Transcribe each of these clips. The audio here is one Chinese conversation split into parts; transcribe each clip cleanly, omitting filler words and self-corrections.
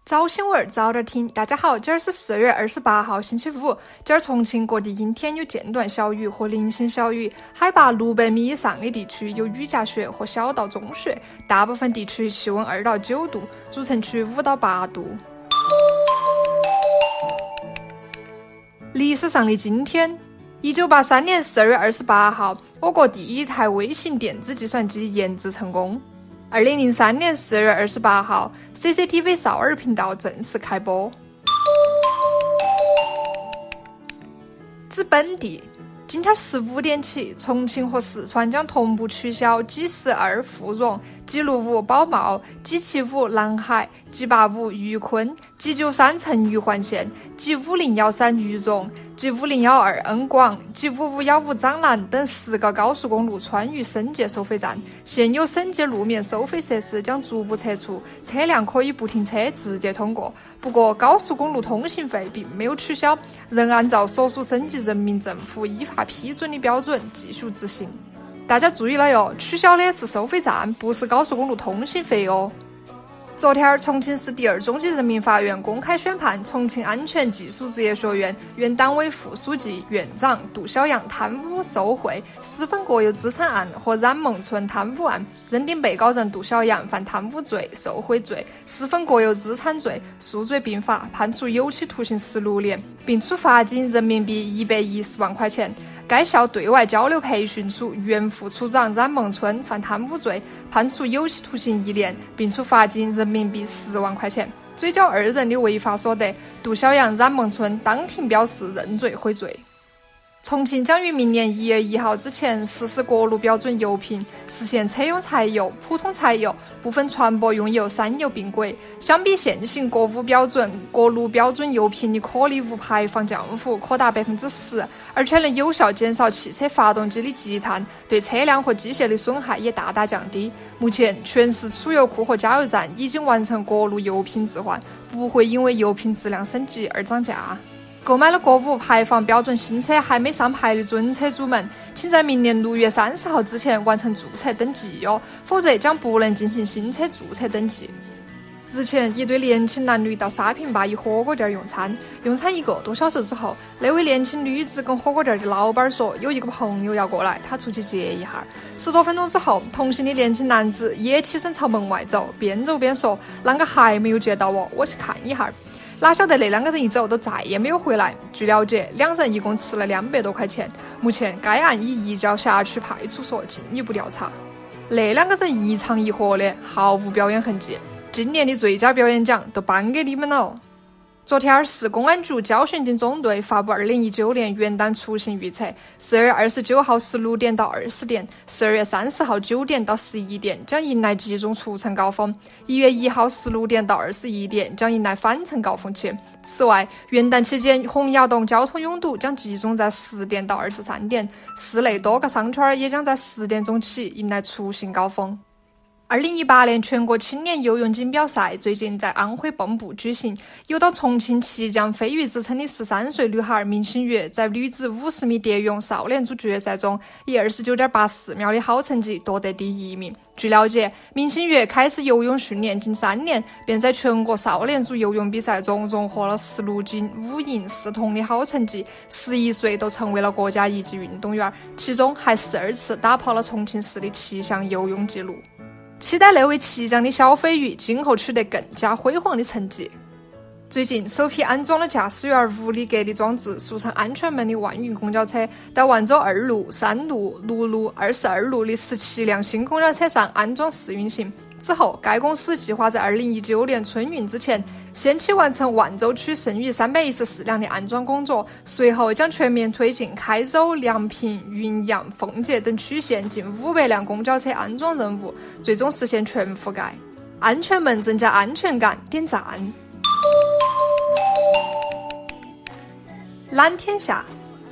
早新闻早点听，大家好，今儿是4月28号星期五。今儿重庆各地阴天，有间断小雨和零星小雨，海拔600米以上的地区有雨夹雪和小到中雪，大部分地区气温2到9度，主城区5到8度。历史上的今天，1983年12月28号，我国第一台微型电子计算机研制成功。2003年4月28号 ，CCTV 少儿频道正式开播。指本地，今天15点起，重庆和四川将同步取消 G12 芙蓉、G65宝茂、G75南海、G85渝昆、G93成渝环线、G5013渝蓉、G5012恩广、G55115张南等10个高速公路川渝省界收费站，现有省界路面收费设施将逐步撤除，车辆可以不停车直接通过。不过，高速公路通行费并没有取消，仍按照所属省级人民政府依法批准的标准继续执行。大家注意了哟，取消的是收费站，不是高速公路通行费哦。昨天，重庆市第2中级人民法院公开宣判重庆安全技术职业学院原党委副书记、院长杜小阳贪污受贿、私分国有资产案和冉梦村贪污案，认定被告人杜小阳犯贪污罪、受贿罪、私分国有资产罪，数罪并罚，判处有期徒刑16年，并处罚金人民币110万块钱。该校对外交流培训处原副处长冉梦村犯贪污罪，判处有期徒刑1年，并处罚金人民币10万块钱，追缴2人的违法所得。杜小阳、冉梦村当庭表示认罪悔罪。重庆将于明年1月1号之前实施国路标准油品，实现车用柴油、普通柴油、部分船舶用油3油并轨。相比现行国5标准，国路标准油品的颗粒无排放降幅可达10%，而且能有效减少汽车发动机的积碳，对车辆和机械的损害也大大降低。目前，全市储油库和加油站已经完成国路油品置换，不会因为油品质量升级而涨价。购买了国5排放标准新车还没上牌的准车主们，请在明年6月30号之前完成注册登记哟，否则将不能进行新车注册登记。日前，一对年轻男女到沙坪坝一火锅店用餐1个多小时之后，那位年轻女子跟火锅店的老板说有一个朋友要过来，她出去接一下。10多分钟之后，同行的年轻男子也起身朝门外走，边走边说：“啷个还没有接到我去看一下。”哪晓得那2个人一走都再也没有回来。据了解，2人一共吃了200多块钱。目前该案已移交辖区派出所进一步调查。那2个人一唱一和的，毫无表演痕迹。今年的最佳表演奖都颁给你们了。昨天，市公安局交巡警总队发布2019年元旦出行预测：4月29号16点到20点，12月30号9点到11点将迎来集中出城高峰，1月1号16点到21点将迎来返程高峰期。此外，元旦期间洪崖洞交通拥堵将集中在10点到23点，市内多个商圈也将在10点钟起迎来出行高峰。2018年全国青年游泳锦标赛最近在安徽蚌埠举行，有到重庆綦江飞鱼之称的13岁女孩明星月，在女子50米蝶泳少年组决赛中，以29.84秒的好成绩夺得第1名。据了解，明星月开始游泳训练近3年，便在全国少年组游泳比赛中荣获了16金、5银、4铜的好成绩，11岁都成为了国家一级运动员，其中还12次打破了重庆市的7项游泳纪录。期待那位綦江的小飞鱼今后取得更加辉煌的成绩。最近，首批安装了驾驶员物理隔离装置、俗称安全门的万运公交车，在万州2路、3路、6路、22路的17辆新公交车上安装试运行。之后，该公司计划在2019年春运之前，先期完成万州区剩余314辆的安装工作，随后将全面推进开州、梁平、云阳、奉节等区县近500辆公交车安装任务，最终实现全覆盖。安全门增加安全感，点赞。蓝天下，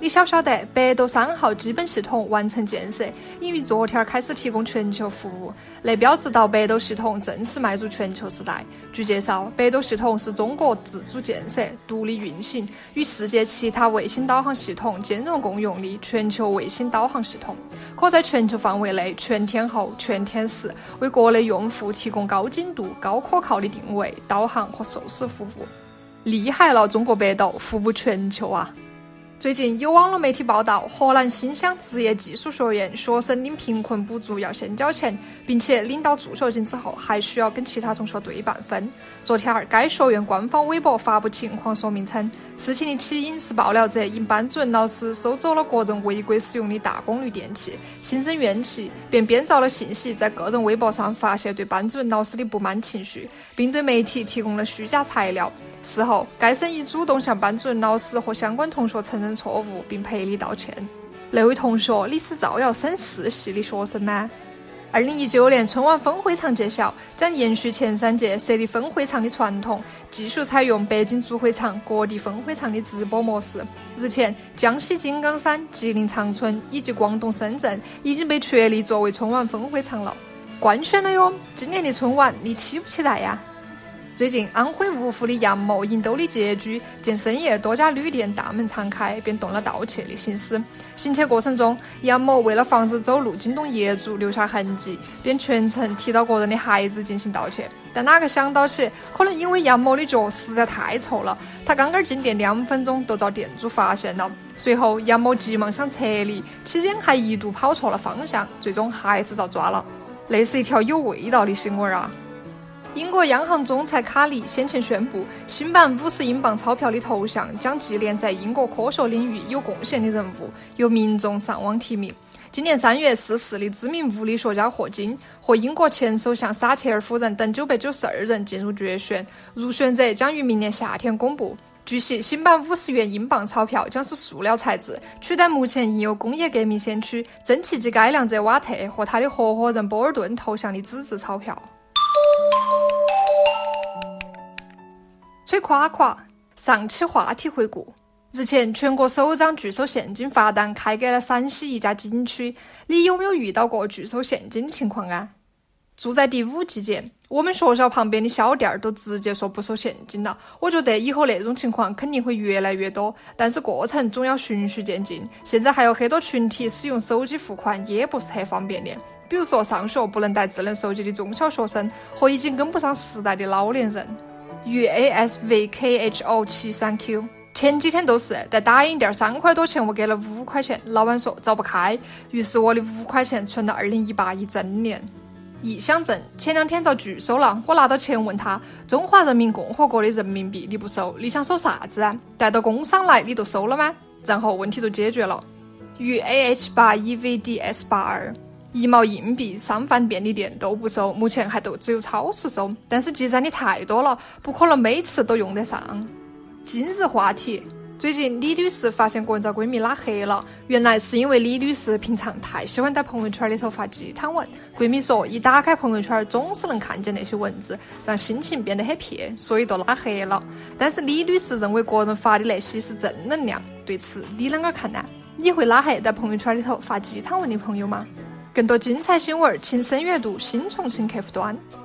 你晓不晓得百度3号基本系统完成建设，已于昨天开始提供全球服务，那标志着百度系统正式迈入全球时代。据介绍，百度系统是中国自主建设、独立运行，与世界其他卫星导航系统兼容共用的全球卫星导航系统，可在全球范围内全天候、全天时为国内用户提供高精度、高可靠的定位、导航和授时服务。厉害了，中国百度，服务全球啊！最近有网络媒体报道，河南新乡职业技术学院学生领贫困补助要先交钱，并且领到助学金之后还需要跟其他同学对半分。昨天该学院官方微博发布情况说明称，事情的起因是爆料者因班主任老师收走了个人违规使用的大功率电器，心生怨气，便编造了信息在个人微博上发泄对班主任老师的不满情绪，并对媒体提供了虚假材料。事后，该生已主动向班主任老师和相关同学承认错误，并赔礼道歉。那位同学，你是造谣生4系的学生吗？2019年春晚分会场揭晓，将延续前3届设立分会场的传统，继续采用北京主会场、各地分会场的直播模式。日前，江西井冈山、吉林长春以及广东深圳已经被确立作为春晚分会场了。官宣了哟！今年的春晚你期不期待呀？最近，安徽芜湖的杨某因兜里拮据，见深夜多家旅店大门常开，便动了盗窃的心思。行窃过程中，杨某为了防止走路惊动业主留下痕迹，便全程踢到个人的孩子进行盗窃。但哪个想到起，可能因为杨某的脚实在太臭了，他刚刚进店2分钟都遭店主发现了。随后，杨某急忙想撤离，期间还一度跑错了方向，最终还是遭抓了。那是一条有味道的新闻啊！英国央行总裁卡里先前宣布，新版50英镑钞票的头像将纪念在英国科学领域有贡献的人物，由民众上网提名。今年3月逝世的知名物理学家霍金和英国前首相撒切尔夫人等992人进入决选，入选者将于明年夏天公布。据悉，新版50元英镑钞票将是塑料材质，取代目前印有工业革命先驱、蒸汽机改良者瓦特和他的合伙人波尔顿头像的纸质钞票。吹夸夸，上期话题回顾。日前，全国首张拒收现金罚单开给了陕西一家景区，你有没有遇到过拒收现金的情况啊？住在第5季节，我们学校旁边的小店都直接说不收现金了。我觉得以后那种情况肯定会越来越多，但是过程总要循序渐进。现在还有很多群体使用手机付款也不是很方便的，比如说上学不能带智能手机的中小学生和已经跟不上时代的老年人。与 ASVKHO73Q 前几天都是在打印店3块多钱，我给了5块钱，老板说找不开，于是我的5块钱存了2018一整年。异乡证前2天遭拒收了，我拿到钱问他，中华人民共和国的人民币你不收，你想收啥子啊？带到工商来你都收了吗？然后问题就解决了。与 AH8EVDS82 1毛硬币、商贩便利店都不收，目前还都只有超市收，但是计算的太多了，不可能每次都用得上。今日话题，最近李女士发现个人遭闺蜜拉黑了，原来是因为李女士平常太喜欢在朋友圈里头发鸡汤文，闺蜜说一打开朋友圈总是能看见那些文字，让心情变得很撇，所以都拉黑了。但是李女士认为个人发的那些是正能量，对此你啷个看呢？你会拉黑在朋友圈里头发鸡汤文的朋友吗？更多精彩新闻请深阅读新重庆客户端。